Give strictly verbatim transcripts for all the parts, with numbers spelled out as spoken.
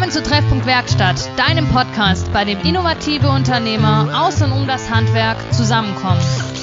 Willkommen zu Treffpunkt Werkstatt, deinem Podcast, bei dem innovative Unternehmer aus und um das Handwerk zusammenkommen.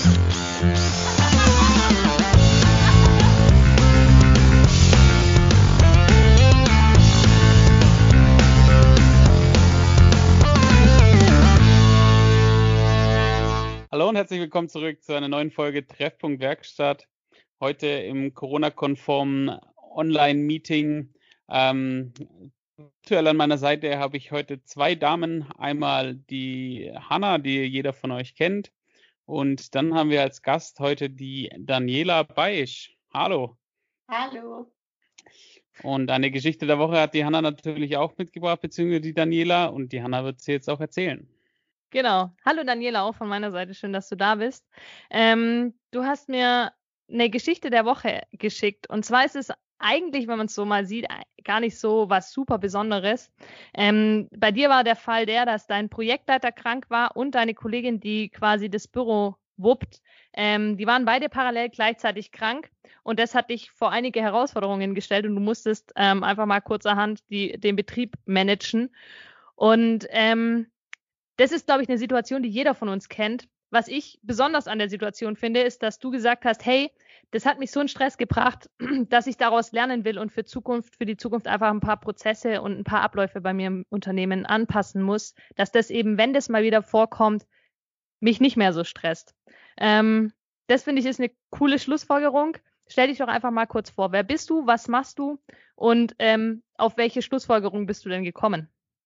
Hallo und herzlich willkommen zurück zu einer neuen Folge Treffpunkt Werkstatt. Heute im Corona-konformen Online-Meeting. Ähm, Virtuell an meiner Seite habe ich heute zwei Damen. Einmal die Hanna, die jeder von euch kennt. Und dann haben wir als Gast heute die Daniela Beisch. Hallo. Hallo. Und eine Geschichte der Woche hat die Hanna natürlich auch mitgebracht, beziehungsweise die Daniela. Und die Hanna wird sie jetzt auch erzählen. Genau. Hallo Daniela, auch von meiner Seite. Schön, dass du da bist. Ähm, du hast mir eine Geschichte der Woche geschickt. Und zwar ist es eigentlich, wenn man es so mal sieht, gar nicht so was super Besonderes. Ähm, bei dir war der Fall der, dass dein Projektleiter krank war und deine Kollegin, die quasi das Büro wuppt, ähm, die waren beide parallel gleichzeitig krank und das hat dich vor einige Herausforderungen gestellt und du musstest ähm, einfach mal kurzerhand die, den Betrieb managen. Und ähm, das ist, glaube ich, eine Situation, die jeder von uns kennt. Was ich besonders an der Situation finde, ist, dass du gesagt hast, hey, das hat mich so einen Stress gebracht, dass ich daraus lernen will und für Zukunft, für die Zukunft einfach ein paar Prozesse und ein paar Abläufe bei mir im Unternehmen anpassen muss, dass das eben, wenn das mal wieder vorkommt, mich nicht mehr so stresst. Ähm, das finde ich ist eine coole Schlussfolgerung. Stell dich doch einfach mal kurz vor. Wer bist du? Was machst du? Und ähm, auf welche Schlussfolgerung bist du denn gekommen?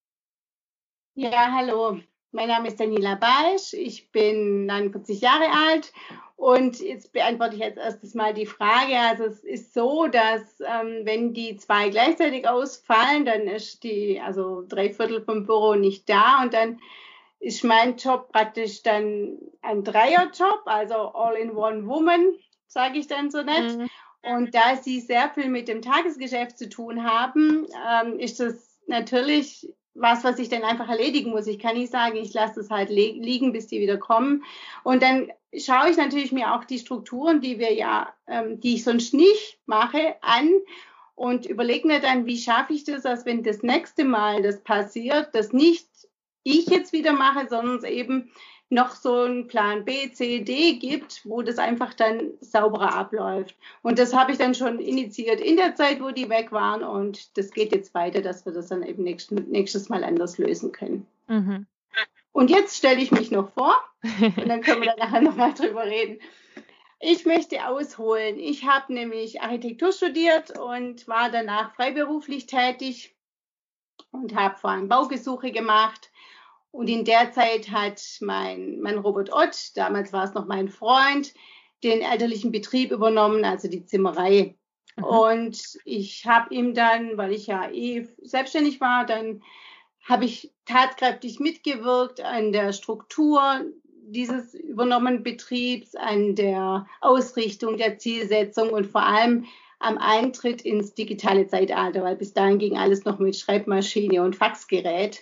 Ja, hallo. Mein Name ist Daniela Beisch, ich bin neunundvierzig Jahre alt und jetzt beantworte ich als erstes mal die Frage. Also es ist so, dass ähm, wenn die zwei gleichzeitig ausfallen, dann ist die, also drei Viertel vom Büro nicht da und dann ist mein Job praktisch dann ein Dreierjob, also All-in-One-Woman, sage ich dann so nett. Mhm. Und da sie sehr viel mit dem Tagesgeschäft zu tun haben, ähm, ist das natürlich was, was ich dann einfach erledigen muss. Ich kann nicht sagen, ich lasse es halt li- liegen, bis die wieder kommen. Und dann schaue ich natürlich mir auch die Strukturen, die wir ja, ähm, die ich sonst nicht mache, an und überlege mir dann, wie schaffe ich das, dass wenn das nächste Mal das passiert, dass nicht ich jetzt wieder mache, sondern es eben noch so einen Plan B, C, D gibt, wo das einfach dann sauberer abläuft. Und das habe ich dann schon initiiert in der Zeit, wo die weg waren. Und das geht jetzt weiter, dass wir das dann eben nächst, nächstes Mal anders lösen können. Mhm. Und jetzt stelle ich mich noch vor und dann können wir dann nachher nochmal drüber reden. Ich möchte ausholen. Ich habe nämlich Architektur studiert und war danach freiberuflich tätig und habe vor allem Baugesuche gemacht. Und in der Zeit hat mein, mein Robert Ott, damals war es noch mein Freund, den elterlichen Betrieb übernommen, also die Zimmerei. Mhm. Und ich habe ihm dann, weil ich ja eh selbstständig war, dann habe ich tatkräftig mitgewirkt an der Struktur dieses übernommenen Betriebs, an der Ausrichtung der Zielsetzung und vor allem am Eintritt ins digitale Zeitalter, weil bis dahin ging alles noch mit Schreibmaschine und Faxgerät.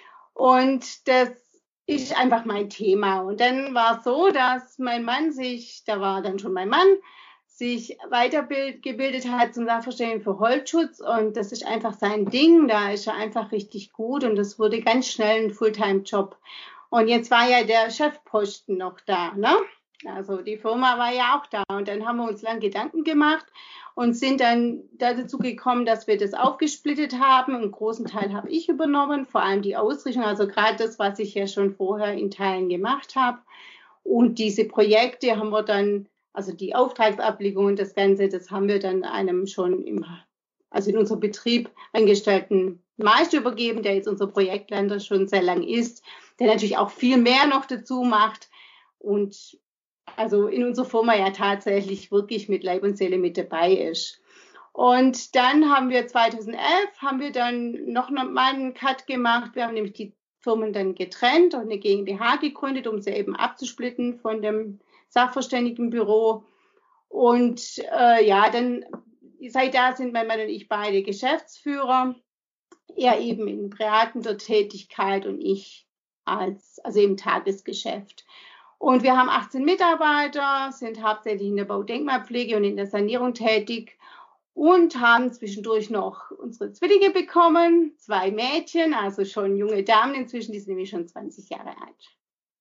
Und das ist einfach mein Thema. Und dann war es so, dass mein Mann sich, da war dann schon mein Mann, sich weitergebildet hat zum Sachverständigen für Holzschutz. Und das ist einfach sein Ding. Da ist er einfach richtig gut. Und das wurde ganz schnell ein Fulltime-Job. Und jetzt war ja der Chefposten noch da, ne? Also die Firma war ja auch da. Und dann haben wir uns lang Gedanken gemacht und sind dann dazu gekommen, dass wir das aufgesplittet haben. Einen großen Teil habe ich übernommen, vor allem die Ausrichtung, also gerade das, was ich ja schon vorher in Teilen gemacht habe. Und diese Projekte haben wir dann, also die Auftragsablegungen, das Ganze, das haben wir dann einem schon im, also in unserem Betrieb angestellten Meister übergeben, der jetzt unser Projektleiter schon sehr lang ist, der natürlich auch viel mehr noch dazu macht und also in unserer Firma ja tatsächlich wirklich mit Leib und Seele mit dabei ist. Und dann haben wir zweitausendelf, haben wir dann noch mal einen Cut gemacht. Wir haben nämlich die Firmen dann getrennt und eine GmbH gegründet, um sie eben abzusplitten von dem Sachverständigenbüro. Und äh, ja, dann seit da sind mein Mann und ich beide Geschäftsführer. Er eben in beratender Tätigkeit und ich als, also im Tagesgeschäft. Und wir haben achtzehn Mitarbeiter, sind hauptsächlich in der Baudenkmalpflege und in der Sanierung tätig. und haben zwischendurch noch unsere Zwillinge bekommen, zwei Mädchen, also schon junge Damen inzwischen, die sind nämlich schon zwanzig Jahre alt.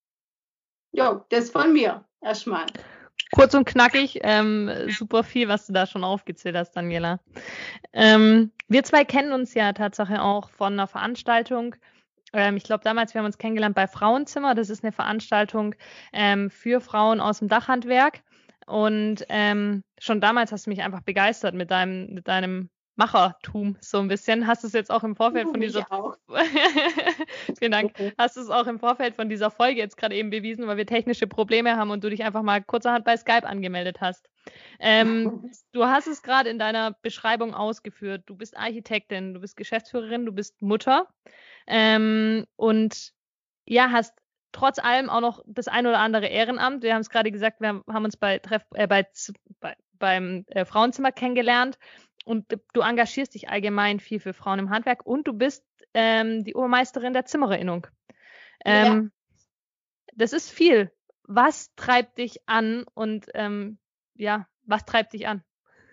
Jo, das von mir erstmal. Kurz und knackig, ähm, super viel, was du da schon aufgezählt hast, Daniela. Ähm, wir zwei kennen uns ja Tatsache auch von einer Veranstaltung. Ähm, ich glaube, damals, wir haben uns kennengelernt bei Frauenzimmer. Das ist eine Veranstaltung ähm, für Frauen aus dem Dachhandwerk. Und ähm, schon damals hast du mich einfach begeistert mit deinem, mit deinem Machertum so ein bisschen. Hast du es jetzt auch im Vorfeld von dieser auch. Vielen Dank. Okay. Hast du es auch im Vorfeld von dieser Folge jetzt gerade eben bewiesen, weil wir technische Probleme haben und du dich einfach mal kurzerhand bei Skype angemeldet hast. Ähm, du hast es gerade in deiner Beschreibung ausgeführt. Du bist Architektin, du bist Geschäftsführerin, du bist Mutter ähm, und ja, hast trotz allem auch noch das ein oder andere Ehrenamt. Wir haben es gerade gesagt, wir haben uns bei, Treff, äh, bei, bei beim äh, Frauenzimmer kennengelernt. Und du engagierst dich allgemein viel für Frauen im Handwerk und du bist ähm, die Obermeisterin der Zimmererinnung. Ähm, ja. Das ist viel. Was treibt dich an und ähm, ja, was treibt dich an?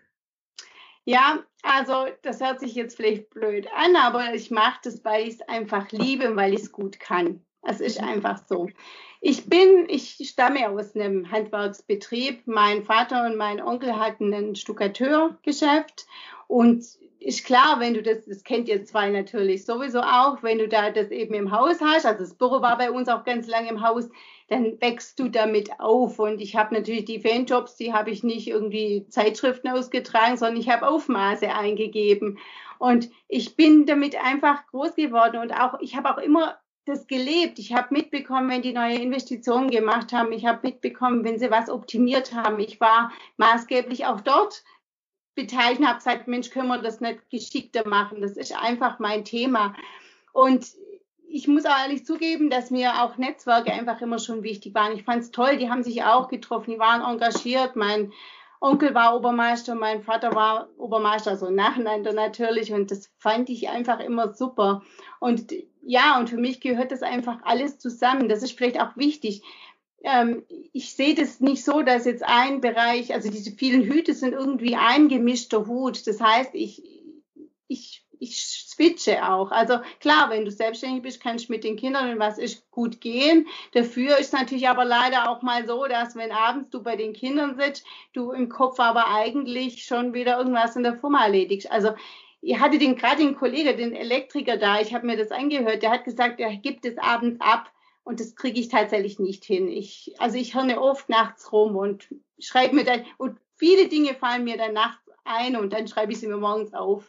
Ja, also das hört sich jetzt vielleicht blöd an, aber ich mache das, weil ich es einfach liebe und weil ich es gut kann. Es ist einfach so. Ich bin, ich stamme aus einem Handwerksbetrieb. Mein Vater und mein Onkel hatten ein Stuckateurgeschäft und ist klar, wenn du das, das kennt ihr zwei natürlich sowieso auch, wenn du da das eben im Haus hast, also das Büro war bei uns auch ganz lange im Haus, dann wächst du damit auf. Und ich habe natürlich die Fanjobs, die habe ich nicht irgendwie Zeitschriften ausgetragen, sondern ich habe Aufmaße eingegeben. Und ich bin damit einfach groß geworden und auch, ich habe auch immer das gelebt. Ich habe mitbekommen, wenn die neue Investitionen gemacht haben. Ich habe mitbekommen, wenn sie was optimiert haben. Ich war maßgeblich auch dort beteiligt und habe gesagt, Mensch, können wir das nicht geschickter machen? Das ist einfach mein Thema. Und ich muss auch ehrlich zugeben, dass mir auch Netzwerke einfach immer schon wichtig waren. Ich fand es toll, die haben sich auch getroffen, die waren engagiert. Mein Onkel war Obermeister, mein Vater war Obermeister, also nacheinander natürlich. Und das fand ich einfach immer super. Und ja, und für mich gehört das einfach alles zusammen. Das ist vielleicht auch wichtig. Ähm, ich sehe das nicht so, dass jetzt ein Bereich, also diese vielen Hüte sind irgendwie ein gemischter Hut. Das heißt, ich, ich, ich switche auch. Also klar, wenn du selbstständig bist, kannst du mit den Kindern und was ist gut gehen. Dafür ist natürlich aber leider auch mal so, dass wenn abends du bei den Kindern sitzt, du im Kopf aber eigentlich schon wieder irgendwas in der Firma erledigst. Also ich hatte den gerade den Kollegen, den Elektriker da, ich habe mir das angehört, der hat gesagt, er gibt es abends ab und das kriege ich tatsächlich nicht hin. Ich, also ich höre oft nachts rum und schreibe mir dann, und viele Dinge fallen mir dann nachts ein und dann schreibe ich sie mir morgens auf,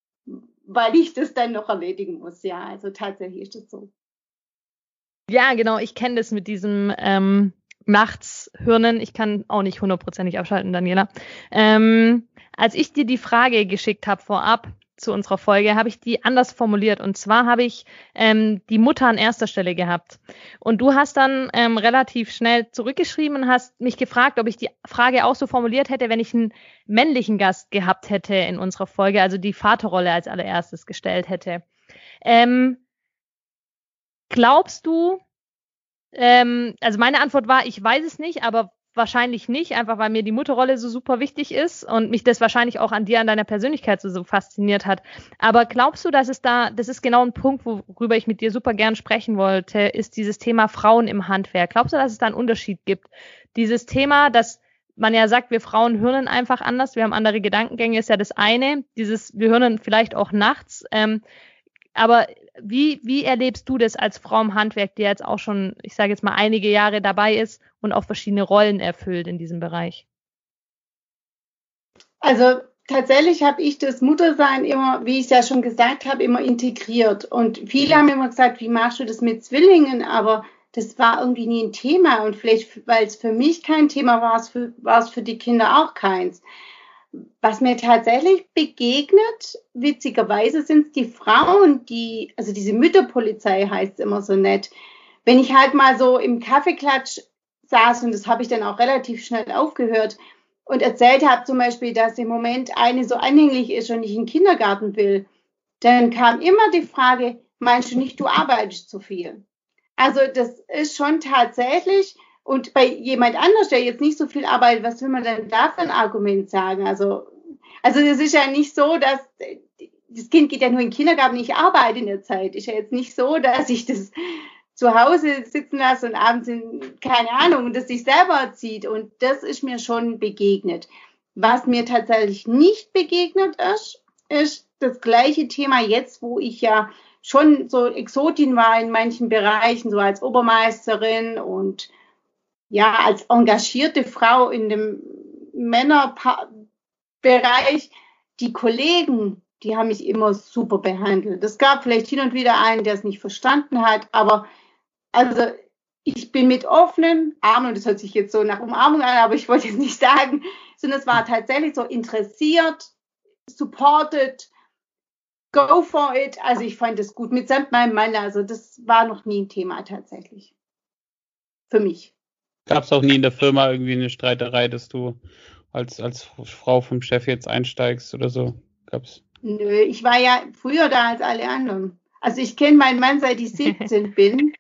weil ich das dann noch erledigen muss. Ja, also tatsächlich ist das so. Ja, genau, ich kenne das mit diesem ähm, Nachtshirnen. Ich kann auch nicht hundertprozentig abschalten, Daniela. Ähm, als ich dir die Frage geschickt habe vorab zu unserer Folge, habe ich die anders formuliert. Und zwar habe ich ähm, die Mutter an erster Stelle gehabt. Und du hast dann ähm, relativ schnell zurückgeschrieben und hast mich gefragt, ob ich die Frage auch so formuliert hätte, wenn ich einen männlichen Gast gehabt hätte in unserer Folge, also die Vaterrolle als allererstes gestellt hätte. Ähm, glaubst du, ähm, also meine Antwort war, ich weiß es nicht, aber wahrscheinlich nicht, einfach weil mir die Mutterrolle so super wichtig ist und mich das wahrscheinlich auch an dir, an deiner Persönlichkeit so, so fasziniert hat. Aber glaubst du, dass es da, das ist genau ein Punkt, worüber ich mit dir super gern sprechen wollte, ist dieses Thema Frauen im Handwerk. Glaubst du, dass es da einen Unterschied gibt? Dieses Thema, dass man ja sagt, wir Frauen hirnen einfach anders, wir haben andere Gedankengänge, ist ja das eine. Dieses, wir hirnen vielleicht auch nachts. Ähm, aber wie, wie erlebst du das als Frau im Handwerk, die jetzt auch schon, ich sage jetzt mal, einige Jahre dabei ist und auch verschiedene Rollen erfüllt in diesem Bereich? Also tatsächlich habe ich das Muttersein immer, wie ich es ja schon gesagt habe, immer integriert. Und viele haben immer gesagt, wie machst du das mit Zwillingen? Aber das war irgendwie nie ein Thema. Und vielleicht, weil es für mich kein Thema war, war es für die Kinder auch keins. Was mir tatsächlich begegnet, witzigerweise sind es die Frauen, die, also diese Mütterpolizei heißt es immer so nett. Wenn ich halt mal so im Kaffeeklatsch saß, und das habe ich dann auch relativ schnell aufgehört, und erzählt habe zum Beispiel, dass im Moment eine so anhänglich ist und nicht in den Kindergarten will, dann kam immer die Frage, meinst du nicht, du arbeitest zu viel? Also das ist schon tatsächlich, und bei jemand anders, der jetzt nicht so viel arbeitet, was will man denn da für ein Argument sagen? Also, Also es ist ja nicht so, dass das Kind geht ja nur in den Kindergarten, ich arbeite in der Zeit. Ist ja jetzt nicht so, dass ich das zu Hause sitzen lasse und abends in, keine Ahnung, das sich selber erzieht. Und das ist mir schon begegnet. Was mir tatsächlich nicht begegnet ist, ist das gleiche Thema jetzt, wo ich ja schon so Exotin war in manchen Bereichen, so als Obermeisterin und ja, als engagierte Frau in dem Männerbereich. Die Kollegen, die haben mich immer super behandelt. Es gab vielleicht hin und wieder einen, der es nicht verstanden hat, aber also ich bin mit offenen Armen, und das hört sich jetzt so nach Umarmung an, aber ich wollte jetzt nicht sagen, sondern es war tatsächlich so interessiert, supported, go for it. Also ich fand das gut, mitsamt meinem Mann, also das war noch nie ein Thema tatsächlich. Für mich. Gab es auch nie in der Firma irgendwie eine Streiterei, dass du als, als Frau vom Chef jetzt einsteigst oder so? Gab's? Nö, ich war ja früher da als alle anderen. Also ich kenne meinen Mann, seit ich siebzehn bin.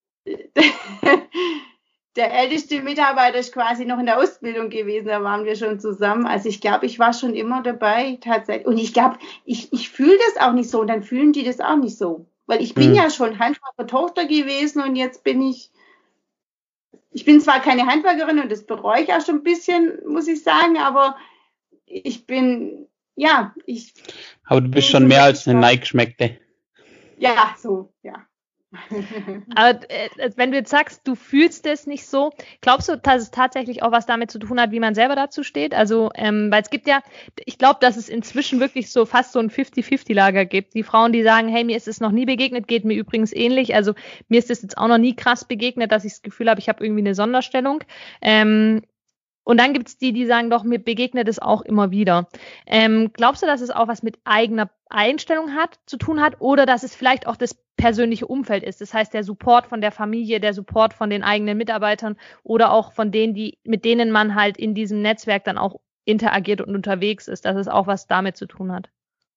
Der älteste Mitarbeiter ist quasi noch in der Ausbildung gewesen, da waren wir schon zusammen. Also ich glaube, ich war schon immer dabei tatsächlich. Und ich glaube, ich, ich fühle das auch nicht so und dann fühlen die das auch nicht so. Weil ich bin hm. ja schon Handwerker-Tochter gewesen und jetzt bin ich, ich bin zwar keine Handwerkerin und das bereue ich auch schon ein bisschen, muss ich sagen, aber ich bin, ja, ich... Aber du bist schon mehr als eine Nike-Schmeckte. Ja, so, ja. Aber äh, wenn du jetzt sagst, du fühlst es nicht so, glaubst du, dass es tatsächlich auch was damit zu tun hat, wie man selber dazu steht? Also, ähm, weil es gibt ja, ich glaube, dass es inzwischen wirklich so fast so ein fifty-fifty-Lager gibt. Die Frauen, die sagen, hey, mir ist es noch nie begegnet, geht mir übrigens ähnlich. Also mir ist es jetzt auch noch nie krass begegnet, dass ich das Gefühl habe, ich habe irgendwie eine Sonderstellung. Ähm, Und dann gibt es die, die sagen, doch, mir begegnet es auch immer wieder. Ähm, glaubst du, dass es auch was mit eigener Einstellung hat, zu tun hat oder dass es vielleicht auch das persönliche Umfeld ist? Das heißt, der Support von der Familie, der Support von den eigenen Mitarbeitern oder auch von denen, die, mit denen man halt in diesem Netzwerk dann auch interagiert und unterwegs ist, dass es auch was damit zu tun hat?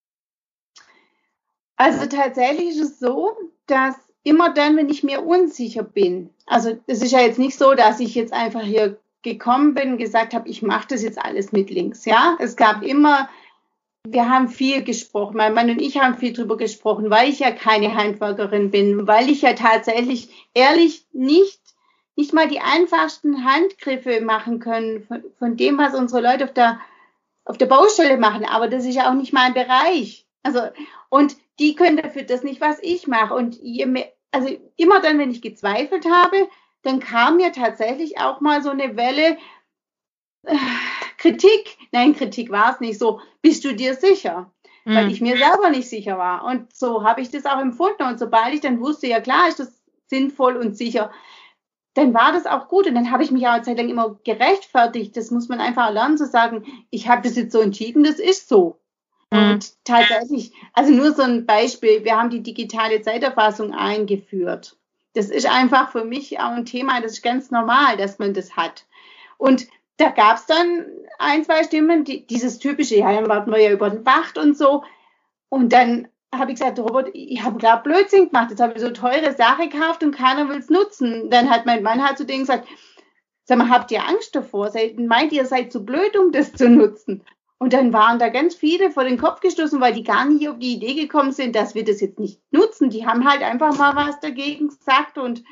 Also tatsächlich ist es so, dass immer dann, wenn ich mir unsicher bin, also es ist ja jetzt nicht so, dass ich jetzt einfach hier gekommen bin und gesagt habe, ich mache das jetzt alles mit links, ja. Es gab immer, wir haben viel gesprochen, mein Mann und ich haben viel drüber gesprochen, weil ich ja keine Handwerkerin bin, weil ich ja tatsächlich ehrlich nicht, nicht mal die einfachsten Handgriffe machen können von, von dem, was unsere Leute auf der, auf der Baustelle machen, aber das ist ja auch nicht mein Bereich. Also, und die können dafür das nicht, was ich mache. Und je mehr, also immer dann, wenn ich gezweifelt habe, dann kam mir tatsächlich auch mal so eine Welle äh, Kritik. Nein, Kritik war es nicht so. Bist du dir sicher? Mhm. Weil ich mir selber nicht sicher war. Und so habe ich das auch empfunden. Und sobald ich dann wusste, ja klar, ist das sinnvoll und sicher, dann war das auch gut. Und dann habe ich mich auch eine Zeit lang immer gerechtfertigt. Das muss man einfach lernen zu sagen, ich habe das jetzt so entschieden, das ist so. Mhm. Und tatsächlich, also nur so ein Beispiel, wir haben die digitale Zeiterfassung eingeführt. Das ist einfach für mich auch ein Thema, das ist ganz normal, dass man das hat. Und da gab es dann ein, zwei Stimmen, die, dieses typische, ja, dann warten wir ja überwacht und so. Und dann habe ich gesagt, Robert, ich habe klar Blödsinn gemacht, jetzt habe ich so teure Sache gekauft und keiner will es nutzen. Dann hat mein Mann halt zu denen gesagt, sag mal, habt ihr Angst davor? Seid, meint ihr, seid zu blöd, um das zu nutzen? Und dann waren da ganz viele vor den Kopf gestoßen, weil die gar nicht auf die Idee gekommen sind, dass wir das jetzt nicht nutzen. Die haben halt einfach mal was dagegen gesagt und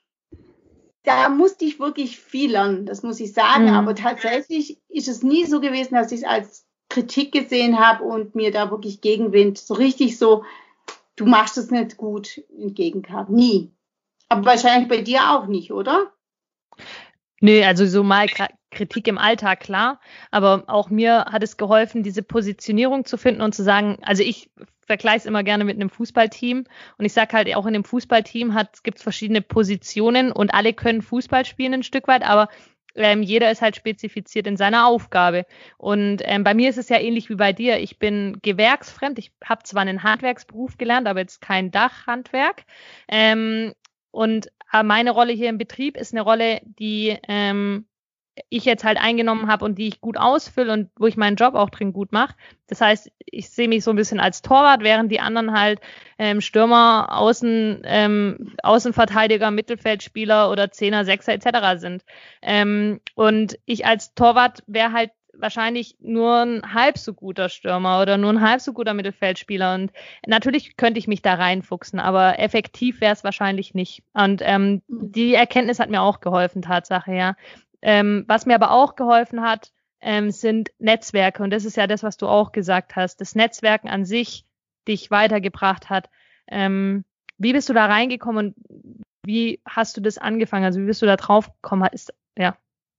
da musste ich wirklich viel lernen, das muss ich sagen. Mhm. Aber tatsächlich ist es nie so gewesen, dass ich es als Kritik gesehen habe und mir da wirklich Gegenwind, so richtig so, du machst es nicht gut, entgegenkam. Nie. Aber wahrscheinlich bei dir auch nicht, oder? Nö, also so mal Kritik im Alltag, klar. Aber auch mir hat es geholfen, diese Positionierung zu finden und zu sagen, also ich vergleiche es immer gerne mit einem Fußballteam. Und ich sage halt, auch in einem Fußballteam gibt es verschiedene Positionen und alle können Fußball spielen ein Stück weit, aber ähm, jeder ist halt spezifiziert in seiner Aufgabe. Und ähm, bei mir ist es ja ähnlich wie bei dir. Ich bin gewerksfremd. Ich habe zwar einen Handwerksberuf gelernt, aber jetzt kein Dachhandwerk. Ähm, und meine Rolle hier im Betrieb ist eine Rolle, die ähm, ich jetzt halt eingenommen habe und die ich gut ausfülle und wo ich meinen Job auch drin gut mache. Das heißt, ich sehe mich so ein bisschen als Torwart, während die anderen halt ähm, Stürmer, Außen, ähm, Außenverteidiger, Mittelfeldspieler oder Zehner, Sechser et cetera sind. Ähm, und ich als Torwart wäre halt wahrscheinlich nur ein halb so guter Stürmer oder nur ein halb so guter Mittelfeldspieler. Und natürlich könnte ich mich da reinfuchsen, aber effektiv wäre es wahrscheinlich nicht. Und ähm, die Erkenntnis hat mir auch geholfen, Tatsache, ja. Ähm, was mir aber auch geholfen hat, ähm, sind Netzwerke. Und das ist ja das, was du auch gesagt hast. Das Netzwerken an sich dich weitergebracht hat. Ähm, wie bist du da reingekommen und wie hast du das angefangen? Also wie bist du da drauf gekommen? Ist, ja.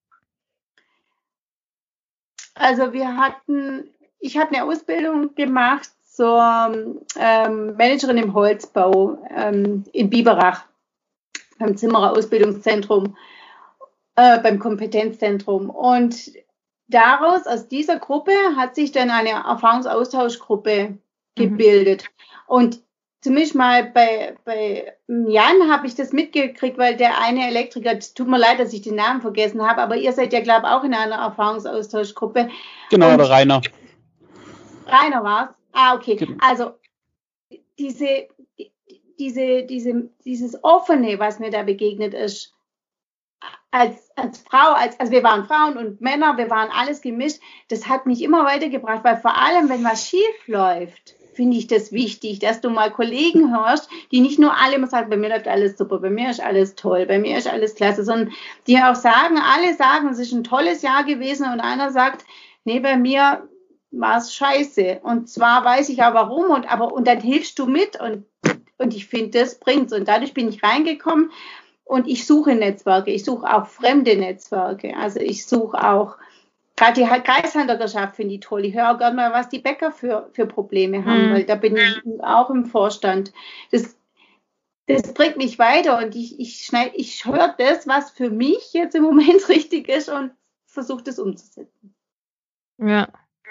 Also wir hatten, ich habe eine Ausbildung gemacht zur ähm, Managerin im Holzbau ähm, in Biberach, beim Zimmerer Ausbildungszentrum, äh, beim Kompetenzzentrum. Und daraus, aus dieser Gruppe, hat sich dann eine Erfahrungsaustauschgruppe gebildet. Mhm. Und zumindest mal bei, bei Jan habe ich das mitgekriegt, weil der eine Elektriker, tut mir leid, dass ich den Namen vergessen habe, aber ihr seid ja, glaube ich, auch in einer Erfahrungsaustauschgruppe. Genau, und der Rainer. Rainer war es? Ah, okay. Genau. Also diese, diese, diese, dieses Offene, was mir da begegnet ist, als, als Frau, als, also wir waren Frauen und Männer, wir waren alles gemischt, das hat mich immer weitergebracht, weil vor allem, wenn was schief läuft, finde ich das wichtig, dass du mal Kollegen hörst, die nicht nur alle immer sagen, bei mir läuft alles super, bei mir ist alles toll, bei mir ist alles klasse, sondern die auch sagen, alle sagen, es ist ein tolles Jahr gewesen und einer sagt, nee, bei mir war es scheiße. Und zwar weiß ich auch warum und aber und dann hilfst du mit und, und ich finde, das bringt's. Und dadurch bin ich reingekommen und ich suche Netzwerke, ich suche auch fremde Netzwerke, also ich suche auch gerade die Kreishandwerkerschaft finde ich toll. Ich höre auch gerne mal, was die Bäcker für, für Probleme haben, mhm. weil da bin ich auch im Vorstand. Das, das bringt mich weiter und ich, ich, schneid, ich höre das, was für mich jetzt im Moment richtig ist und versuche das umzusetzen. Ja.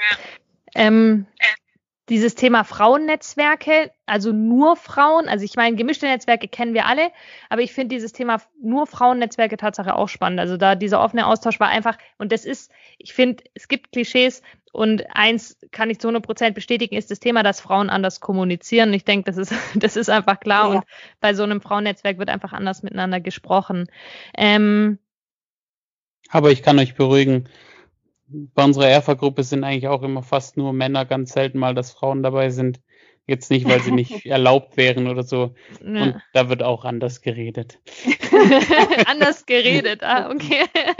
Ähm, dieses Thema Frauennetzwerke, also nur Frauen, also ich meine, gemischte Netzwerke kennen wir alle, aber ich finde dieses Thema nur Frauennetzwerke Tatsache auch spannend. Also da dieser offene Austausch war einfach, und das ist, ich finde, es gibt Klischees und eins kann ich zu hundert Prozent bestätigen, ist das Thema, dass Frauen anders kommunizieren. Ich denke, das ist, das ist einfach klar ja. Und bei so einem Frauennetzwerk wird einfach anders miteinander gesprochen. Ähm, aber ich kann euch beruhigen, bei unserer Erfa-Gruppe sind eigentlich auch immer fast nur Männer, ganz selten mal, dass Frauen dabei sind. Jetzt nicht, weil sie nicht erlaubt wären oder so. Ja. Und da wird auch anders geredet. Anders geredet, ah, okay.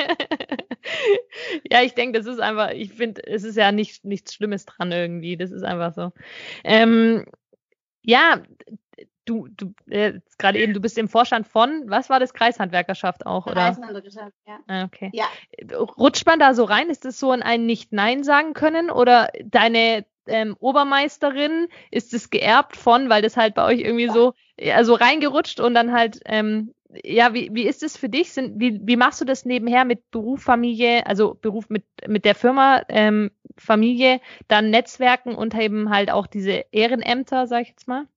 Ja, ich denke, das ist einfach, ich finde, es ist ja nicht, nichts Schlimmes dran irgendwie. Das ist einfach so. Ähm, ja, du, du äh, gerade eben, du bist im Vorstand von, was war das, Kreishandwerkerschaft auch, oder? Kreishandwerkerschaft, ja. Ah, okay. Ja. Rutscht man da so rein? Ist das so in ein Nicht-Nein sagen können? Oder deine ähm, Obermeisterin, ist es geerbt von, weil das halt bei euch irgendwie so, ja, so reingerutscht und dann halt, ähm, ja, wie, wie ist es für dich? Sind, wie, wie machst du das nebenher mit Beruf, Familie, also Beruf mit, mit der Firma, ähm, Familie, dann Netzwerken und eben halt auch diese Ehrenämter, sag ich jetzt mal?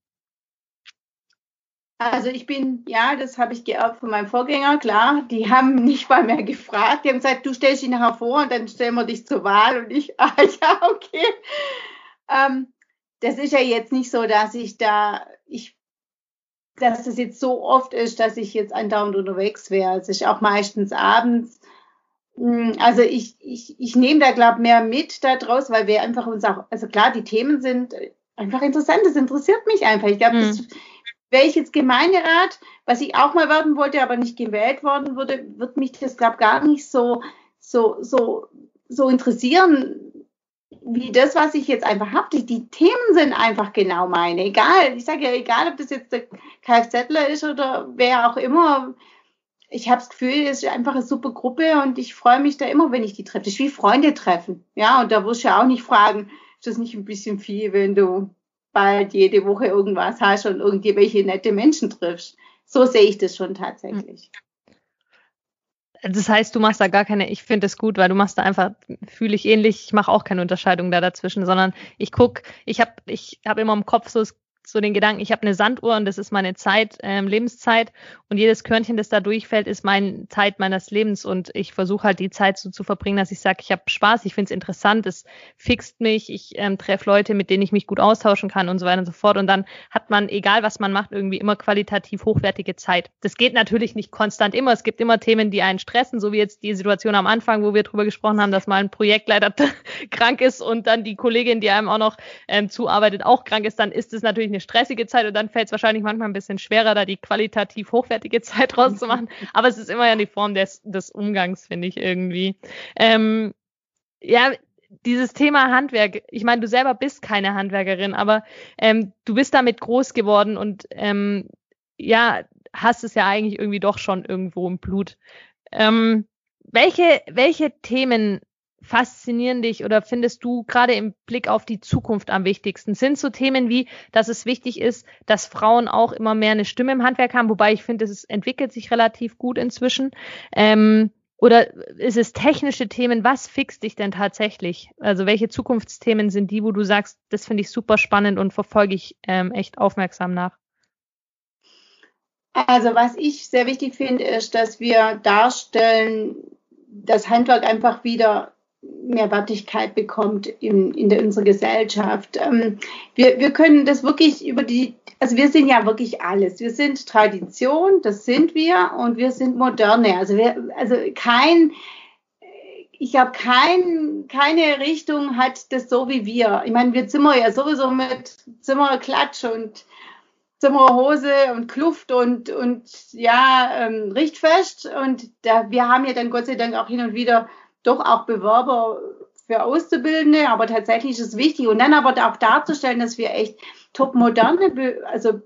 Also ich bin, ja, das habe ich geerbt von meinem Vorgänger, klar. Die haben nicht mal mehr gefragt. Die haben gesagt, du stellst dich nachher vor und dann stellen wir dich zur Wahl. Und ich, ah ja, okay. Ähm, das ist ja jetzt nicht so, dass ich da, ich, dass das jetzt so oft ist, dass ich jetzt andauernd unterwegs wäre. Es ist auch meistens abends. Also ich, ich, ich nehme da, glaube ich, mehr mit da draus, weil wir einfach uns auch, also klar, die Themen sind einfach interessant. Das interessiert mich einfach. Ich glaube, das wäre ich jetzt Gemeinderat, was ich auch mal werden wollte, aber nicht gewählt worden würde, wird mich das, glaube ich, gar nicht so, so, so, so interessieren, wie das, was ich jetzt einfach habe. Die, die Themen sind einfach genau meine. Egal, ich sage ja, egal, ob das jetzt der Kfzler ist oder wer auch immer. Ich habe das Gefühl, es ist einfach eine super Gruppe und ich freue mich da immer, wenn ich die treffe. Das ist wie Freunde treffen. Ja, und da wirst du ja auch nicht fragen, ist das nicht ein bisschen viel, wenn du bald jede Woche irgendwas hast und irgendwelche nette Menschen triffst. So sehe ich das schon tatsächlich. Das heißt, du machst da gar keine, ich finde das gut, weil du machst da einfach, fühle ich ähnlich, ich mache auch keine Unterscheidung da dazwischen, sondern ich gucke, ich habe ich hab immer im Kopf so das so den Gedanken, ich habe eine Sanduhr und das ist meine Zeit, ähm, Lebenszeit und jedes Körnchen, das da durchfällt, ist meine Zeit meines Lebens und ich versuche halt die Zeit so zu verbringen, dass ich sage, ich habe Spaß, ich finde es interessant, es fixt mich, ich ähm, treffe Leute, mit denen ich mich gut austauschen kann und so weiter und so fort und dann hat man, egal was man macht, irgendwie immer qualitativ hochwertige Zeit. Das geht natürlich nicht konstant immer, es gibt immer Themen, die einen stressen, so wie jetzt die Situation am Anfang, wo wir drüber gesprochen haben, dass mal ein Projektleiter krank ist und dann die Kollegin, die einem auch noch ähm, zuarbeitet, auch krank ist, dann ist es natürlich eine stressige Zeit und dann fällt es wahrscheinlich manchmal ein bisschen schwerer, da die qualitativ hochwertige Zeit rauszumachen. Aber es ist immer ja die Form des, des Umgangs, finde ich irgendwie. Ähm, ja, dieses Thema Handwerk, ich meine, du selber bist keine Handwerkerin, aber ähm, du bist damit groß geworden und ähm, ja, hast es ja eigentlich irgendwie doch schon irgendwo im Blut. Ähm, welche, welche Themen faszinieren dich oder findest du gerade im Blick auf die Zukunft am wichtigsten? Sind so Themen wie, dass es wichtig ist, dass Frauen auch immer mehr eine Stimme im Handwerk haben, wobei ich finde, es entwickelt sich relativ gut inzwischen. Ähm, oder ist es technische Themen? Was fixt dich denn tatsächlich? Also welche Zukunftsthemen sind die, wo du sagst, das finde ich super spannend und verfolge ich ähm, echt aufmerksam nach? Also was ich sehr wichtig finde, ist, dass wir darstellen, dass Handwerk einfach wieder mehr Wertigkeit bekommt in, in der, unserer Gesellschaft. Ähm, wir, wir können das wirklich über die, also wir sind ja wirklich alles. Wir sind Tradition, das sind wir, und wir sind Moderne. Also wir, also kein, ich glaube, kein, keine Richtung hat das so wie wir. Ich meine, wir zimmern ja sowieso mit Zimmerklatsch und Zimmerhose und Kluft und, und ja, ähm, Richtfest. Und da, wir haben ja dann Gott sei Dank auch hin und wieder doch auch Bewerber für Auszubildende, aber tatsächlich ist es wichtig. Und dann aber auch darzustellen, dass wir echt top moderne, also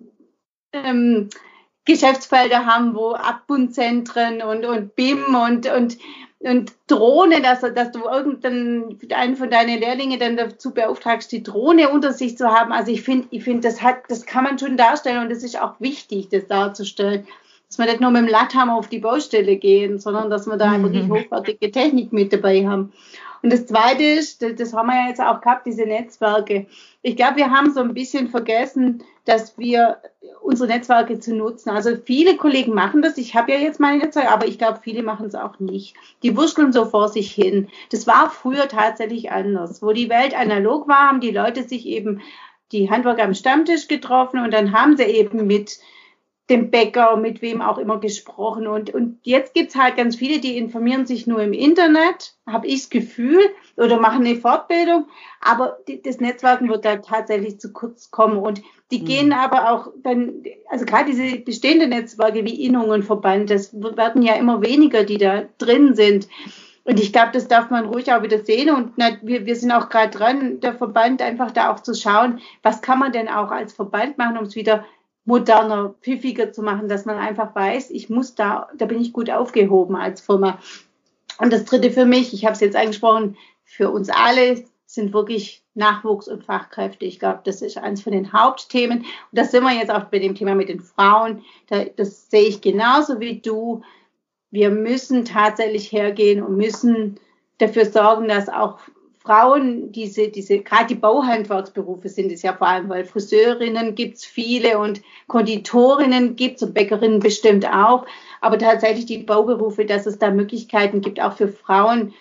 ähm, Geschäftsfelder haben, wo Abbundzentren und, und B I M und, und, und Drohne, dass, dass du irgendeinen von deinen Lehrlingen dann dazu beauftragst, die Drohne unter sich zu haben. Also ich finde, ich finde, das hat, das kann man schon darstellen und das ist auch wichtig, das darzustellen. Dass wir nicht nur mit dem Latthammer auf die Baustelle gehen, sondern dass wir da wirklich hochwertige Technik mit dabei haben. Und das Zweite ist, das haben wir ja jetzt auch gehabt, diese Netzwerke. Ich glaube, wir haben so ein bisschen vergessen, dass wir unsere Netzwerke zu nutzen. Also viele Kollegen machen das. Ich habe ja jetzt meine Netzwerke, aber ich glaube, viele machen es auch nicht. Die wurschteln so vor sich hin. Das war früher tatsächlich anders. Wo die Welt analog war, haben die Leute sich eben die Handwerker am Stammtisch getroffen und dann haben sie eben mit dem Bäcker, mit wem auch immer gesprochen. Und, und jetzt gibt's halt ganz viele, die informieren sich nur im Internet, habe ich das Gefühl, oder machen eine Fortbildung, aber die, das Netzwerken wird da tatsächlich zu kurz kommen. Und die mhm. gehen aber auch dann, also gerade diese bestehenden Netzwerke wie Innung und Verband, das werden ja immer weniger, die da drin sind. Und ich glaube, das darf man ruhig auch wieder sehen. Und na, wir, wir sind auch gerade dran, der Verband einfach da auch zu schauen, was kann man denn auch als Verband machen, um es wieder moderner, pfiffiger zu machen, dass man einfach weiß, ich muss da, da bin ich gut aufgehoben als Firma. Und das Dritte für mich, ich habe es jetzt angesprochen, für uns alle sind wirklich Nachwuchs und Fachkräfte. Ich glaube, das ist eines von den Hauptthemen. Und das sind wir jetzt auch bei dem Thema mit den Frauen. Da, das sehe ich genauso wie du. Wir müssen tatsächlich hergehen und müssen dafür sorgen, dass auch Frauen, diese, diese, gerade die Bauhandwerksberufe sind es ja vor allem, weil Friseurinnen gibt's viele und Konditorinnen gibt's und Bäckerinnen bestimmt auch. Aber tatsächlich die Bauberufe, dass es da Möglichkeiten gibt, auch für Frauen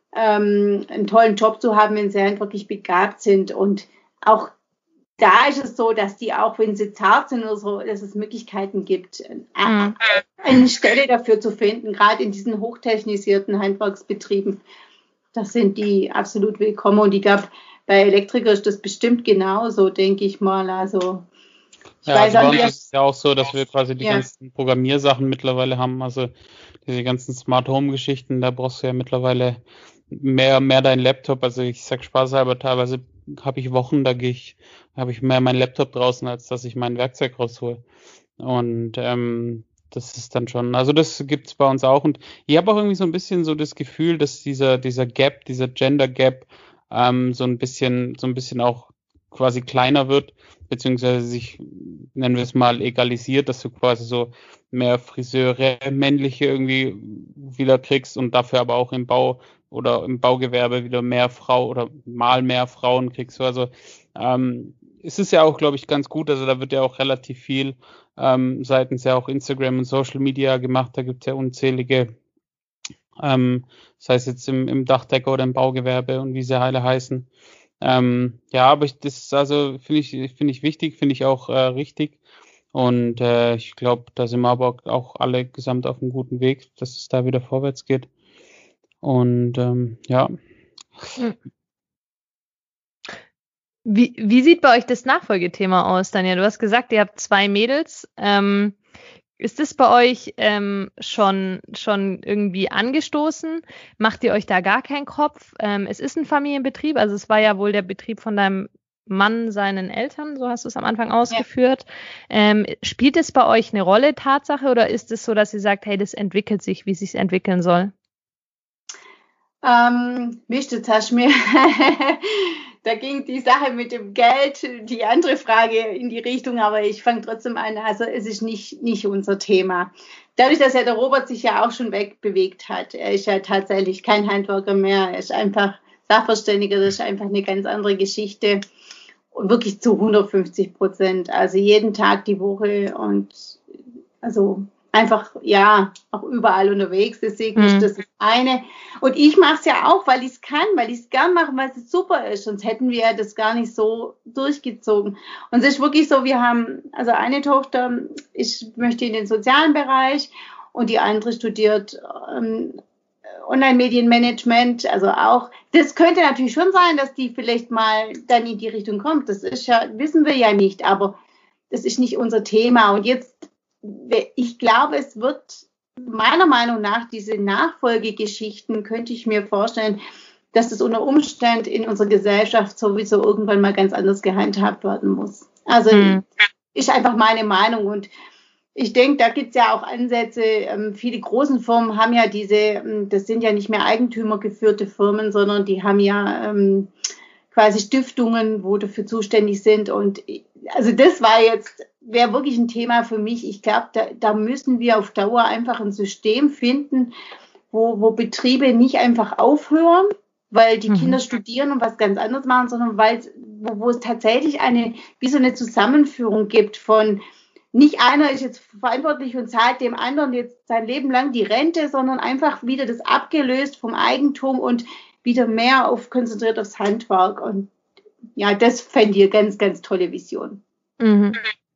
ähm, einen tollen Job zu haben, wenn sie handwerklich begabt sind. Und auch da ist es so, dass die auch, wenn sie zart sind oder so, dass es Möglichkeiten gibt, mhm. eine Stelle dafür zu finden, gerade in diesen hochtechnisierten Handwerksbetrieben. Das sind die absolut willkommen. Und ich glaube, bei Elektriker ist das bestimmt genauso, denke ich mal. Also, ich ja, weiß also auch bei uns ist es ja auch so, dass wir quasi die ja. ganzen Programmiersachen mittlerweile haben. Also diese ganzen Smart Home Geschichten, da brauchst du ja mittlerweile mehr, mehr deinen Laptop. Also ich sag spaßhalber, teilweise habe ich Wochen, da gehe ich, habe ich mehr meinen Laptop draußen, als dass ich mein Werkzeug raushole. Und ähm, das ist dann schon, also das gibt's bei uns auch. Und ich habe auch irgendwie so ein bisschen so das Gefühl, dass dieser dieser Gap, dieser Gender Gap ähm, so ein bisschen so ein bisschen auch quasi kleiner wird, beziehungsweise sich, nennen wir es mal, egalisiert, dass du quasi so mehr Friseure, männliche irgendwie wieder kriegst und dafür aber auch im Bau oder im Baugewerbe wieder mehr Frau oder mal mehr Frauen kriegst. Also ähm, es ist ja auch, glaube ich, ganz gut. Also da wird ja auch relativ viel ähm, seitens ja auch Instagram und Social Media gemacht. Da gibt es ja unzählige, ähm, sei es jetzt im, im Dachdecker oder im Baugewerbe und wie sie alle heißen. Ähm, ja, aber ich, das ist also finde ich finde ich wichtig, finde ich auch äh, richtig. Und äh, ich glaube, da sind wir aber auch alle gesamt auf einem guten Weg, dass es da wieder vorwärts geht. Und ähm, ja. Wie, wie sieht bei euch das Nachfolgethema aus, Daniel? Du hast gesagt, ihr habt zwei Mädels. Ähm, ist das bei euch ähm, schon, schon irgendwie angestoßen? Macht ihr euch da gar keinen Kopf? Ähm, es ist ein Familienbetrieb, also es war ja wohl der Betrieb von deinem Mann, seinen Eltern, so hast du es am Anfang ausgeführt. Ja. Ähm, spielt es bei euch eine Rolle, Tatsache, oder ist es so, dass ihr sagt, hey, das entwickelt sich, wie es sich entwickeln soll? Ähm, Mist, jetzt hast du mir, da ging die Sache mit dem Geld, die andere Frage in die Richtung, aber ich fange trotzdem an, also es ist nicht, nicht unser Thema. Dadurch, dass ja der Robert sich ja auch schon wegbewegt hat, er ist ja tatsächlich kein Handwerker mehr, er ist einfach Sachverständiger, das ist einfach eine ganz andere Geschichte und wirklich zu hundertfünfzig Prozent, also jeden Tag die Woche und also einfach, ja, auch überall unterwegs. Deswegen mhm. ist das das eine. Und ich mache es ja auch, weil ich es kann, weil ich es gern mache, weil es super ist. Sonst hätten wir das gar nicht so durchgezogen. Und es ist wirklich so, wir haben, also eine Tochter, ich möchte in den sozialen Bereich und die andere studiert ähm, Online-Medienmanagement. Also auch, das könnte natürlich schon sein, dass die vielleicht mal dann in die Richtung kommt. Das ist ja, wissen wir ja nicht, aber das ist nicht unser Thema. Und jetzt ich glaube, es wird meiner Meinung nach diese Nachfolgegeschichten, könnte ich mir vorstellen, dass das unter Umständen in unserer Gesellschaft sowieso irgendwann mal ganz anders gehandhabt werden muss. Also mhm. ist einfach meine Meinung und ich denke, da gibt es ja auch Ansätze. Ähm, viele großen Firmen haben ja diese, das sind ja nicht mehr eigentümergeführte Firmen, sondern die haben ja ähm, quasi Stiftungen, wo dafür zuständig sind. Und also das war jetzt, wäre wirklich ein Thema für mich. Ich glaube, da, da müssen wir auf Dauer einfach ein System finden, wo, wo Betriebe nicht einfach aufhören, weil die mhm. Kinder studieren und was ganz anderes machen, sondern weil wo, wo es tatsächlich eine, wie so eine Zusammenführung gibt von, nicht einer ist jetzt verantwortlich und zahlt dem anderen jetzt sein Leben lang die Rente, sondern einfach wieder das abgelöst vom Eigentum und wieder mehr auf konzentriert aufs Handwerk. Und ja, das fände ich ganz, ganz tolle Vision. Mhm.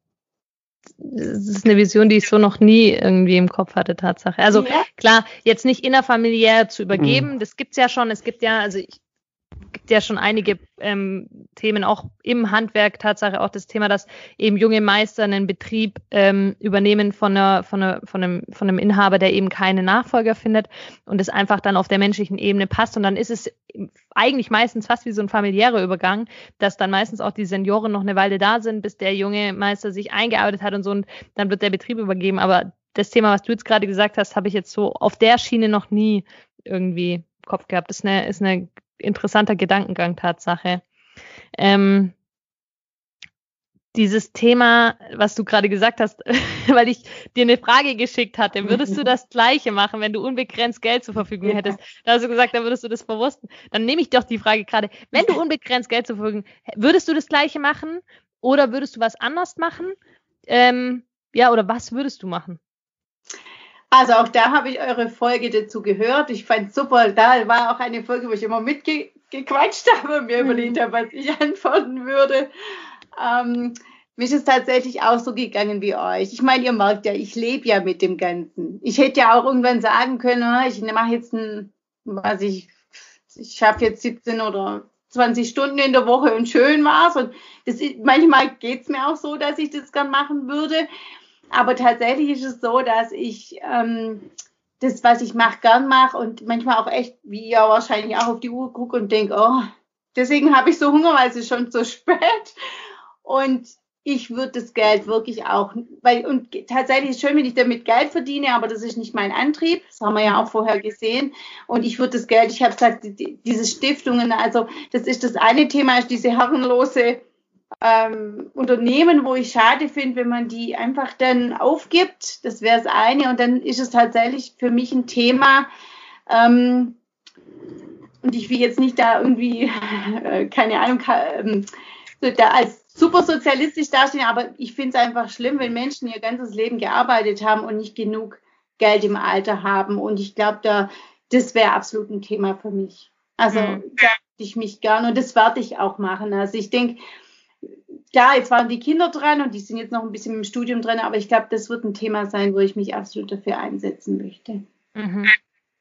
Das ist eine Vision, die ich so noch nie irgendwie im Kopf hatte, Tatsache. Also ja. Klar, jetzt nicht innerfamiliär zu übergeben, mhm. das gibt's ja schon. Es gibt ja, also ich gibt ja schon einige ähm, Themen auch im Handwerk, Tatsache auch das Thema, dass eben junge Meister einen Betrieb ähm, übernehmen von, einer, von, einer, von, einem, von einem Inhaber, der eben keine Nachfolger findet und es einfach dann auf der menschlichen Ebene passt und dann ist es eigentlich meistens fast wie so ein familiärer Übergang, dass dann meistens auch die Senioren noch eine Weile da sind, bis der junge Meister sich eingearbeitet hat und so und dann wird der Betrieb übergeben, aber das Thema, was du jetzt gerade gesagt hast, habe ich jetzt so auf der Schiene noch nie irgendwie im Kopf gehabt. Das ist eine, ist eine interessanter Gedankengang, Tatsache. Ähm, dieses Thema, was du gerade gesagt hast, weil ich dir eine Frage geschickt hatte, würdest du das Gleiche machen, wenn du unbegrenzt Geld zur Verfügung hättest? Da hast du gesagt, dann würdest du das verwursten. Dann nehme ich doch die Frage gerade, wenn du unbegrenzt Geld zur Verfügung hättest, würdest du das Gleiche machen oder würdest du was anders machen? Ähm, ja, oder was würdest du machen? Also auch da habe ich eure Folge dazu gehört. Ich fand es super. Da war auch eine Folge, wo ich immer mitgequatscht habe und mir mhm. überlegt habe, was ich antworten würde. Ähm, mir ist es tatsächlich auch so gegangen wie euch. Ich meine, ihr merkt ja, ich lebe ja mit dem Ganzen. Ich hätte ja auch irgendwann sagen können, ich mache jetzt ein, was ich, ich schaffe jetzt siebzehn oder zwanzig Stunden in der Woche und schön war's. Und das, manchmal geht es mir auch so, dass ich das gern machen würde. Aber tatsächlich ist es so, dass ich ähm, das, was ich mache, gern mache und manchmal auch echt, wie ihr wahrscheinlich auch auf die Uhr gucke und denke, oh, deswegen habe ich so Hunger, weil es ist schon so spät. Und ich würde das Geld wirklich auch, weil und tatsächlich ist es schön, wenn ich damit Geld verdiene, aber das ist nicht mein Antrieb. Das haben wir ja auch vorher gesehen. Und ich würde das Geld, ich habe gesagt, die, diese Stiftungen, also das ist das eine Thema, ist diese herrenlose Ähm, Unternehmen, wo ich schade finde, wenn man die einfach dann aufgibt. Das wäre das eine. Und dann ist es tatsächlich für mich ein Thema. Ähm, und ich will jetzt nicht da irgendwie, äh, keine Ahnung, äh, so da als super sozialistisch dastehen, aber ich finde es einfach schlimm, wenn Menschen ihr ganzes Leben gearbeitet haben und nicht genug Geld im Alter haben. Und ich glaube, da, das wäre absolut ein Thema für mich. Also mhm. da würde ich mich gerne, und das werde ich auch machen. Also ich denke, klar, jetzt waren die Kinder dran und die sind jetzt noch ein bisschen im Studium dran, aber ich glaube, das wird ein Thema sein, wo ich mich absolut dafür einsetzen möchte. Mhm.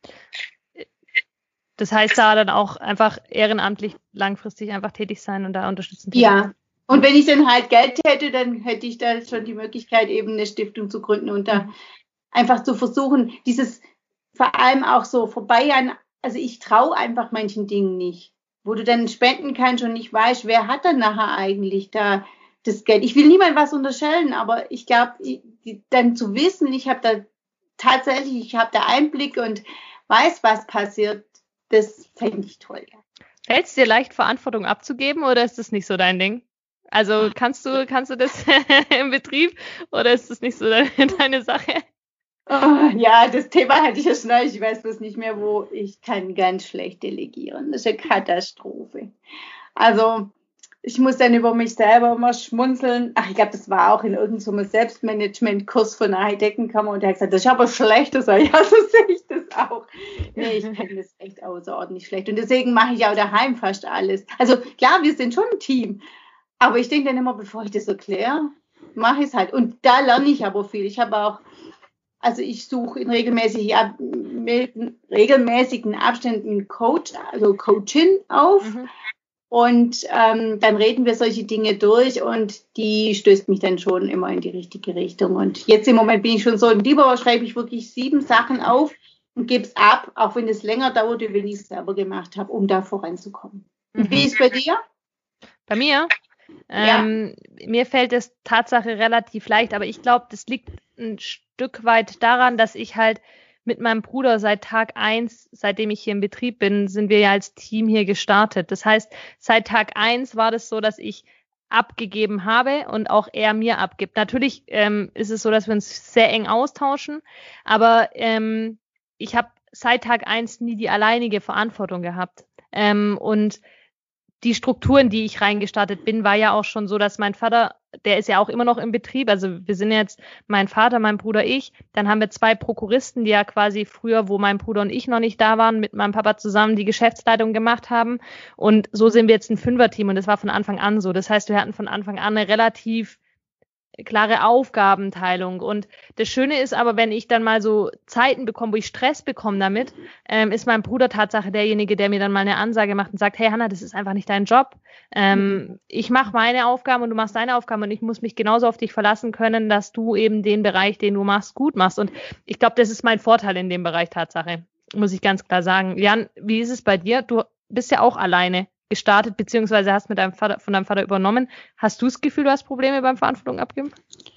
Das heißt, da dann auch einfach ehrenamtlich langfristig einfach tätig sein und da unterstützen. Ja, und wenn ich dann halt Geld hätte, dann hätte ich da schon die Möglichkeit, eben eine Stiftung zu gründen und da einfach zu versuchen, dieses vor allem auch so vorbei an, also ich traue einfach manchen Dingen nicht, wo du dann spenden kannst und nicht weißt, wer hat dann nachher eigentlich da das Geld. Ich will niemand was unterstellen, aber ich glaube, dann zu wissen, ich habe da tatsächlich, ich habe da Einblick und weiß, was passiert, das fände ich toll. Fällt es dir leicht, Verantwortung abzugeben oder ist das nicht so dein Ding? Also kannst du, kannst du das im Betrieb oder ist das nicht so deine, deine Sache? Oh, ja, das Thema hatte ich ja schon, ich weiß bloß nicht mehr, wo. Ich kann ganz schlecht delegieren. Das ist eine Katastrophe. Also ich muss dann über mich selber immer schmunzeln. Ach, ich glaube, das war auch in irgendeinem so Selbstmanagement-Kurs von der Heideckenkammer und der hat gesagt, das ist aber schlecht. Das war, ja, so sehe ich das auch. Nee, ich kann das echt außerordentlich schlecht. Und deswegen mache ich auch daheim fast alles. Also klar, wir sind schon ein Team. Aber ich denke dann immer, bevor ich das erkläre, mache ich es halt. Und da lerne ich aber viel. Ich habe auch, also ich suche in regelmäßig, ab, regelmäßigen Abständen einen Coach, also Coachin auf. Mhm. Und ähm, dann reden wir solche Dinge durch und die stößt mich dann schon immer in die richtige Richtung. Und jetzt im Moment bin ich schon so, lieber schreibe ich wirklich sieben Sachen auf und gebe es ab, auch wenn es länger dauert, wenn ich es selber gemacht habe, um da voranzukommen. Mhm. Und wie ist es bei dir? Bei mir? Ähm, ja. Mir fällt es Tatsache relativ leicht, aber ich glaube, das liegt ein Stück weit daran, dass ich halt mit meinem Bruder seit Tag eins, seitdem ich hier im Betrieb bin, sind wir ja als Team hier gestartet. Das heißt, seit Tag eins war das so, dass ich abgegeben habe und auch er mir abgibt. Natürlich ähm, ist es so, dass wir uns sehr eng austauschen, aber ähm, ich habe seit Tag eins nie die alleinige Verantwortung gehabt. Ähm, und die Strukturen, die ich reingestartet bin, war ja auch schon so, dass mein Vater, der ist ja auch immer noch im Betrieb, also wir sind jetzt mein Vater, mein Bruder, ich, dann haben wir zwei Prokuristen, die ja quasi früher, wo mein Bruder und ich noch nicht da waren, mit meinem Papa zusammen die Geschäftsleitung gemacht haben und so sind wir jetzt ein Fünfer-Team und das war von Anfang an so. Das heißt, wir hatten von Anfang an eine relativ klare Aufgabenteilung. Und das Schöne ist aber, wenn ich dann mal so Zeiten bekomme, wo ich Stress bekomme damit, ähm, ist mein Bruder Tatsache derjenige, der mir dann mal eine Ansage macht und sagt, hey Hanna, das ist einfach nicht dein Job. Ähm, mhm. Ich mache meine Aufgaben und du machst deine Aufgaben und ich muss mich genauso auf dich verlassen können, dass du eben den Bereich, den du machst, gut machst. Und ich glaube, das ist mein Vorteil in dem Bereich Tatsache, muss ich ganz klar sagen. Jan, wie ist es bei dir? Du bist ja auch alleine gestartet, beziehungsweise hast mit deinem Vater, von deinem Vater übernommen. Hast du das Gefühl, du hast Probleme beim Verantwortung abgeben?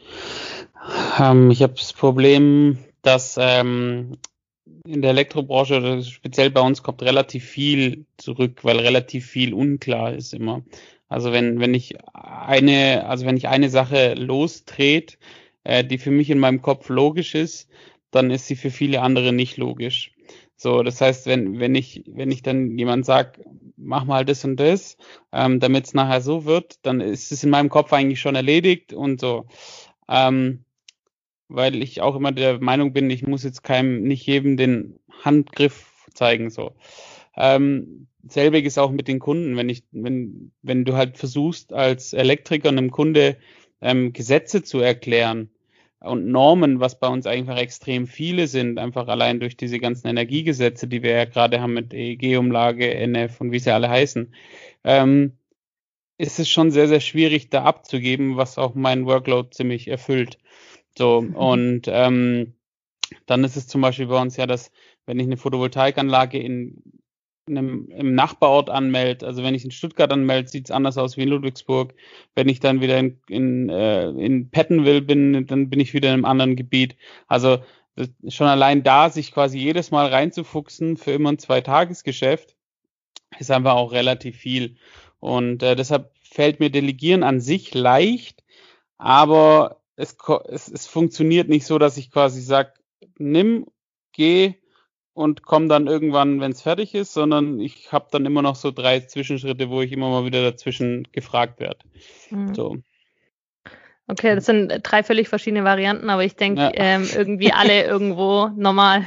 Ähm, ich habe das Problem, dass ähm, in der Elektrobranche oder speziell bei uns kommt relativ viel zurück, weil relativ viel unklar ist immer. Also wenn wenn ich eine, also wenn ich eine Sache lostrete, äh, die für mich in meinem Kopf logisch ist, dann ist sie für viele andere nicht logisch. So, das heißt, wenn wenn ich wenn ich dann jemand sag, mach mal das und das, ähm, damit es nachher so wird, dann ist es in meinem Kopf eigentlich schon erledigt und so. Ähm, weil ich auch immer der Meinung bin, ich muss jetzt keinem, nicht jedem den Handgriff zeigen, so. Ähm, selbiges auch mit den Kunden, wenn ich, wenn, wenn du halt versuchst, als Elektriker einem Kunde ähm, Gesetze zu erklären und Normen, was bei uns einfach extrem viele sind, einfach allein durch diese ganzen Energiegesetze, die wir ja gerade haben mit E E G-Umlage, N F und wie sie alle heißen, ähm, ist es schon sehr, sehr schwierig, da abzugeben, was auch meinen Workload ziemlich erfüllt. So, und ähm, dann ist es zum Beispiel bei uns ja, dass wenn ich eine Photovoltaikanlage in, in einem, im Nachbarort anmelde, also wenn ich in Stuttgart anmelde, sieht es anders aus wie in Ludwigsburg. Wenn ich dann wieder in, in, äh, in Pettenwil bin, dann bin ich wieder in einem anderen Gebiet. Also das, schon allein da, sich quasi jedes Mal reinzufuchsen für immer ein Zweitagesgeschäft, ist einfach auch relativ viel. Und äh, deshalb fällt mir Delegieren an sich leicht, aber es, es, es funktioniert nicht so, dass ich quasi sage, nimm, geh und komme dann irgendwann, wenn es fertig ist, sondern ich habe dann immer noch so drei Zwischenschritte, wo ich immer mal wieder dazwischen gefragt werde. Mhm. So. Okay, das sind drei völlig verschiedene Varianten, aber ich denke, Ja. ähm, irgendwie alle irgendwo normal.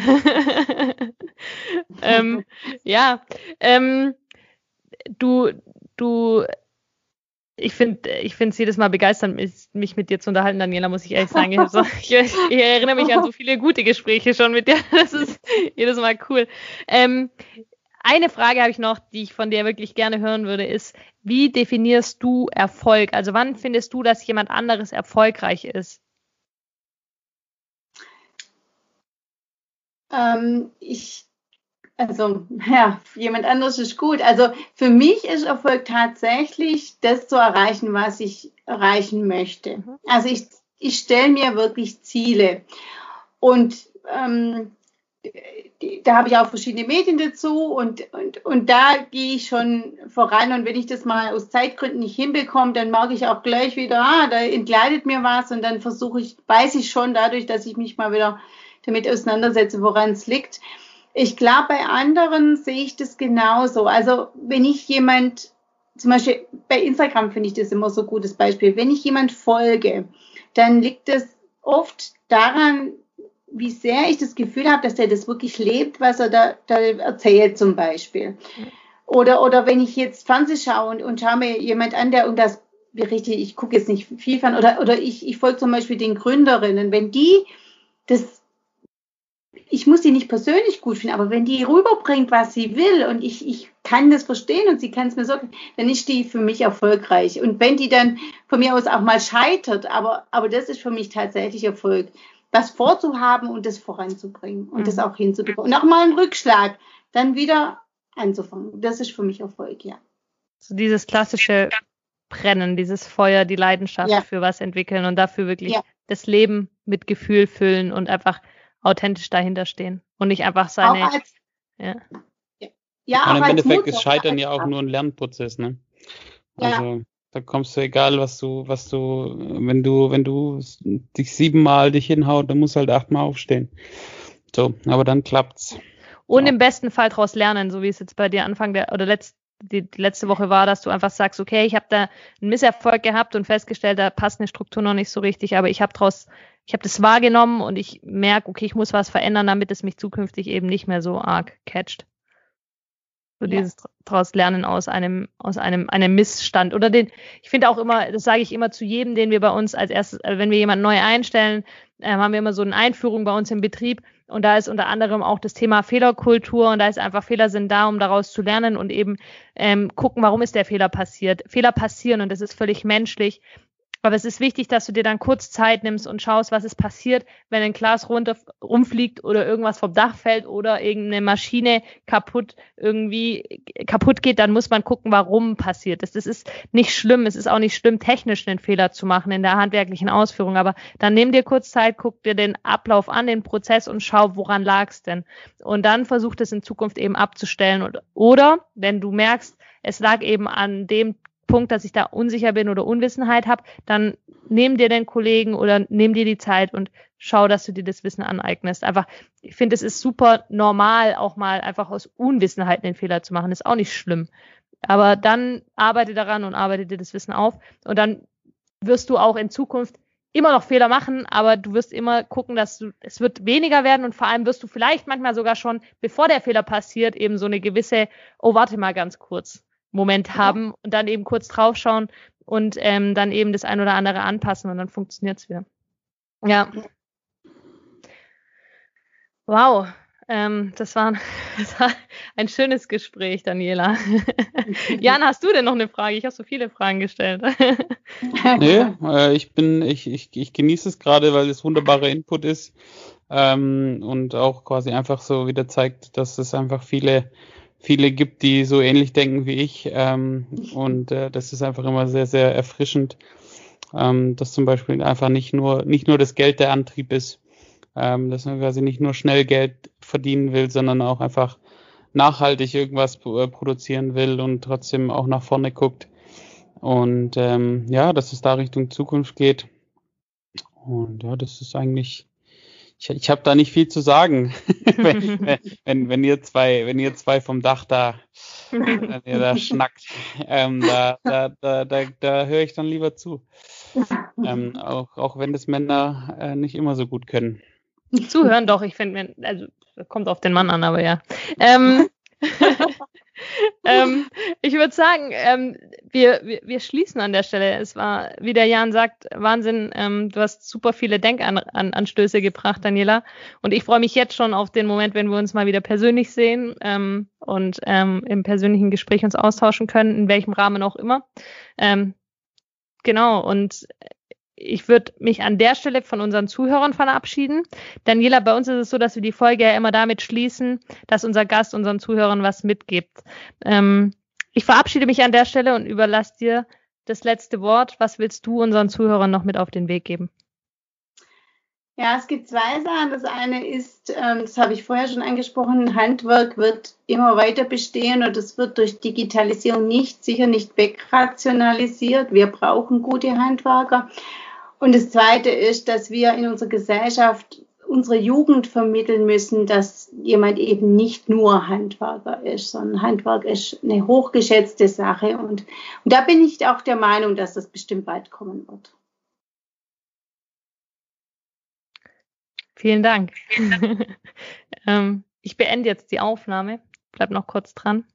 ähm, ja, ähm, du, du, ich finde, ich finde es jedes Mal begeisternd, mich, mich mit dir zu unterhalten, Daniela, muss ich ehrlich sagen. Ich, so, ich, ich erinnere mich an so viele gute Gespräche schon mit dir. Das ist jedes Mal cool. Ähm, Eine Frage habe ich noch, die ich von dir wirklich gerne hören würde, ist, wie definierst du Erfolg? Also wann findest du, dass jemand anderes erfolgreich ist? Ähm, ich, also, ja, jemand anderes ist gut. Also für mich ist Erfolg tatsächlich, das zu erreichen, was ich erreichen möchte. Mhm. Also ich, ich stelle mir wirklich Ziele. Und ähm, die, da habe ich auch verschiedene Medien dazu und, und, und da gehe ich schon voran und wenn ich das mal aus Zeitgründen nicht hinbekomme, dann merke ich auch gleich wieder, ah, da entgleitet mir was und dann versuche ich, weiß ich schon dadurch, dass ich mich mal wieder damit auseinandersetze, woran es liegt. Ich glaube, bei anderen sehe ich das genauso. Also wenn ich jemand, zum Beispiel bei Instagram finde ich das immer so ein gutes Beispiel, wenn ich jemand folge, dann liegt es oft daran, wie sehr ich das Gefühl habe, dass der das wirklich lebt, was er da, da erzählt zum Beispiel. Oder, oder wenn ich jetzt Fernsehen schaue und, und schaue mir jemand an, der, und das, wie richtig, ich gucke jetzt nicht viel von, oder, oder ich, ich folge zum Beispiel den Gründerinnen, wenn die das, ich muss die nicht persönlich gut finden, aber wenn die rüberbringt, was sie will und ich, ich kann das verstehen und sie kann es mir sagen, dann ist die für mich erfolgreich. Und wenn die dann von mir aus auch mal scheitert, aber, aber das ist für mich tatsächlich Erfolg, was vorzuhaben und das voranzubringen und mhm. das auch hinzubekommen. Und auch mal einen Rückschlag, dann wieder anzufangen. Das ist für mich Erfolg, ja. So dieses klassische Brennen, dieses Feuer, die Leidenschaft ja. für was entwickeln und dafür wirklich ja. das Leben mit Gefühl füllen und einfach authentisch dahinter stehen und nicht einfach seine. Auch als, ja. Ja, und auch im als Endeffekt Mutter, ist Scheitern ja auch nur ein Lernprozess, ne? Also ja. da kommst du, egal was du, was du, wenn du, wenn du dich siebenmal dich hinhaut, dann musst du halt achtmal aufstehen. So, aber dann klappt's. Und ja. im besten Fall daraus lernen, so wie es jetzt bei dir Anfang der oder letzt, die, die letzte Woche war, dass du einfach sagst, okay, ich habe da einen Misserfolg gehabt und festgestellt, da passt eine Struktur noch nicht so richtig, aber ich habe daraus, ich habe das wahrgenommen und ich merke, okay, ich muss was verändern, damit es mich zukünftig eben nicht mehr so arg catcht. So ja. dieses daraus lernen aus einem, aus einem, einem Missstand. Oder den, ich finde auch immer, das sage ich immer zu jedem, den wir bei uns als erstes, wenn wir jemanden neu einstellen, äh, haben wir immer so eine Einführung bei uns im Betrieb. Und da ist unter anderem auch das Thema Fehlerkultur. Und da ist einfach, Fehler sind da, um daraus zu lernen und eben ähm, gucken, warum ist der Fehler passiert. Fehler passieren und das ist völlig menschlich. Aber es ist wichtig, dass du dir dann kurz Zeit nimmst und schaust, was ist passiert, wenn ein Glas runter rumfliegt oder irgendwas vom Dach fällt oder irgendeine Maschine kaputt irgendwie kaputt geht, dann muss man gucken, warum passiert ist. Das ist nicht schlimm. Es ist auch nicht schlimm, technisch einen Fehler zu machen in der handwerklichen Ausführung. Aber dann nimm dir kurz Zeit, guck dir den Ablauf an, den Prozess und schau, woran lag es denn. Und dann versuch das in Zukunft eben abzustellen. Oder wenn du merkst, es lag eben an dem Punkt, dass ich da unsicher bin oder Unwissenheit habe, dann nimm dir den Kollegen oder nimm dir die Zeit und schau, dass du dir das Wissen aneignest. Einfach, ich finde, es ist super normal, auch mal einfach aus Unwissenheit einen Fehler zu machen. Das ist auch nicht schlimm. Aber dann arbeite daran und arbeite dir das Wissen auf und dann wirst du auch in Zukunft immer noch Fehler machen, aber du wirst immer gucken, dass du, es wird weniger werden und vor allem wirst du vielleicht manchmal sogar schon, bevor der Fehler passiert, eben so eine gewisse, oh, warte mal ganz kurz, Moment haben ja. und dann eben kurz draufschauen und ähm, dann eben das ein oder andere anpassen und dann funktioniert es wieder. Ja. Wow. Ähm, das, war, das war ein schönes Gespräch, Daniela. Jan, hast du denn noch eine Frage? Ich habe so viele Fragen gestellt. Nee, äh, ich bin, ich, ich, ich genieße es gerade, weil es wunderbarer Input ist ähm, und auch quasi einfach so wieder zeigt, dass es einfach viele viele gibt, die so ähnlich denken wie ich ähm, und äh, das ist einfach immer sehr, sehr erfrischend, ähm, dass zum Beispiel einfach nicht nur nicht nur das Geld der Antrieb ist, ähm, dass man quasi nicht nur schnell Geld verdienen will, sondern auch einfach nachhaltig irgendwas äh, produzieren will und trotzdem auch nach vorne guckt und ähm, ja, dass es da Richtung Zukunft geht und ja, das ist eigentlich Ich, ich habe da nicht viel zu sagen. wenn, wenn, wenn ihr zwei, wenn ihr zwei vom Dach da, wenn ihr da schnackt, ähm, da, da, da, da, da höre ich dann lieber zu. Ähm, auch, auch wenn das Männer äh, nicht immer so gut können. Zuhören doch, ich finde, also kommt auf den Mann an, aber ja. Ähm, ähm, ich würde sagen, ähm, wir, wir, wir schließen an der Stelle. Es war, wie der Jan sagt, Wahnsinn. Ähm, du hast super viele Denkanstöße gebracht, Daniela. Und ich freue mich jetzt schon auf den Moment, wenn wir uns mal wieder persönlich sehen ähm, und ähm, im persönlichen Gespräch uns austauschen können, in welchem Rahmen auch immer. Ähm, genau, und ich würde mich an der Stelle von unseren Zuhörern verabschieden. Daniela, bei uns ist es so, dass wir die Folge ja immer damit schließen, dass unser Gast unseren Zuhörern was mitgibt. Ähm, ich verabschiede mich an der Stelle und überlasse dir das letzte Wort. Was willst du unseren Zuhörern noch mit auf den Weg geben? Ja, es gibt zwei Sachen. Das eine ist, ähm, das habe ich vorher schon angesprochen, Handwerk wird immer weiter bestehen und es wird durch Digitalisierung nicht, sicher nicht wegrationalisiert. Wir brauchen gute Handwerker. Und das Zweite ist, dass wir in unserer Gesellschaft unsere Jugend vermitteln müssen, dass jemand eben nicht nur Handwerker ist, sondern Handwerk ist eine hochgeschätzte Sache. Und, und da bin ich auch der Meinung, dass das bestimmt bald kommen wird. Vielen Dank. ähm, ich beende jetzt die Aufnahme. Bleib noch kurz dran.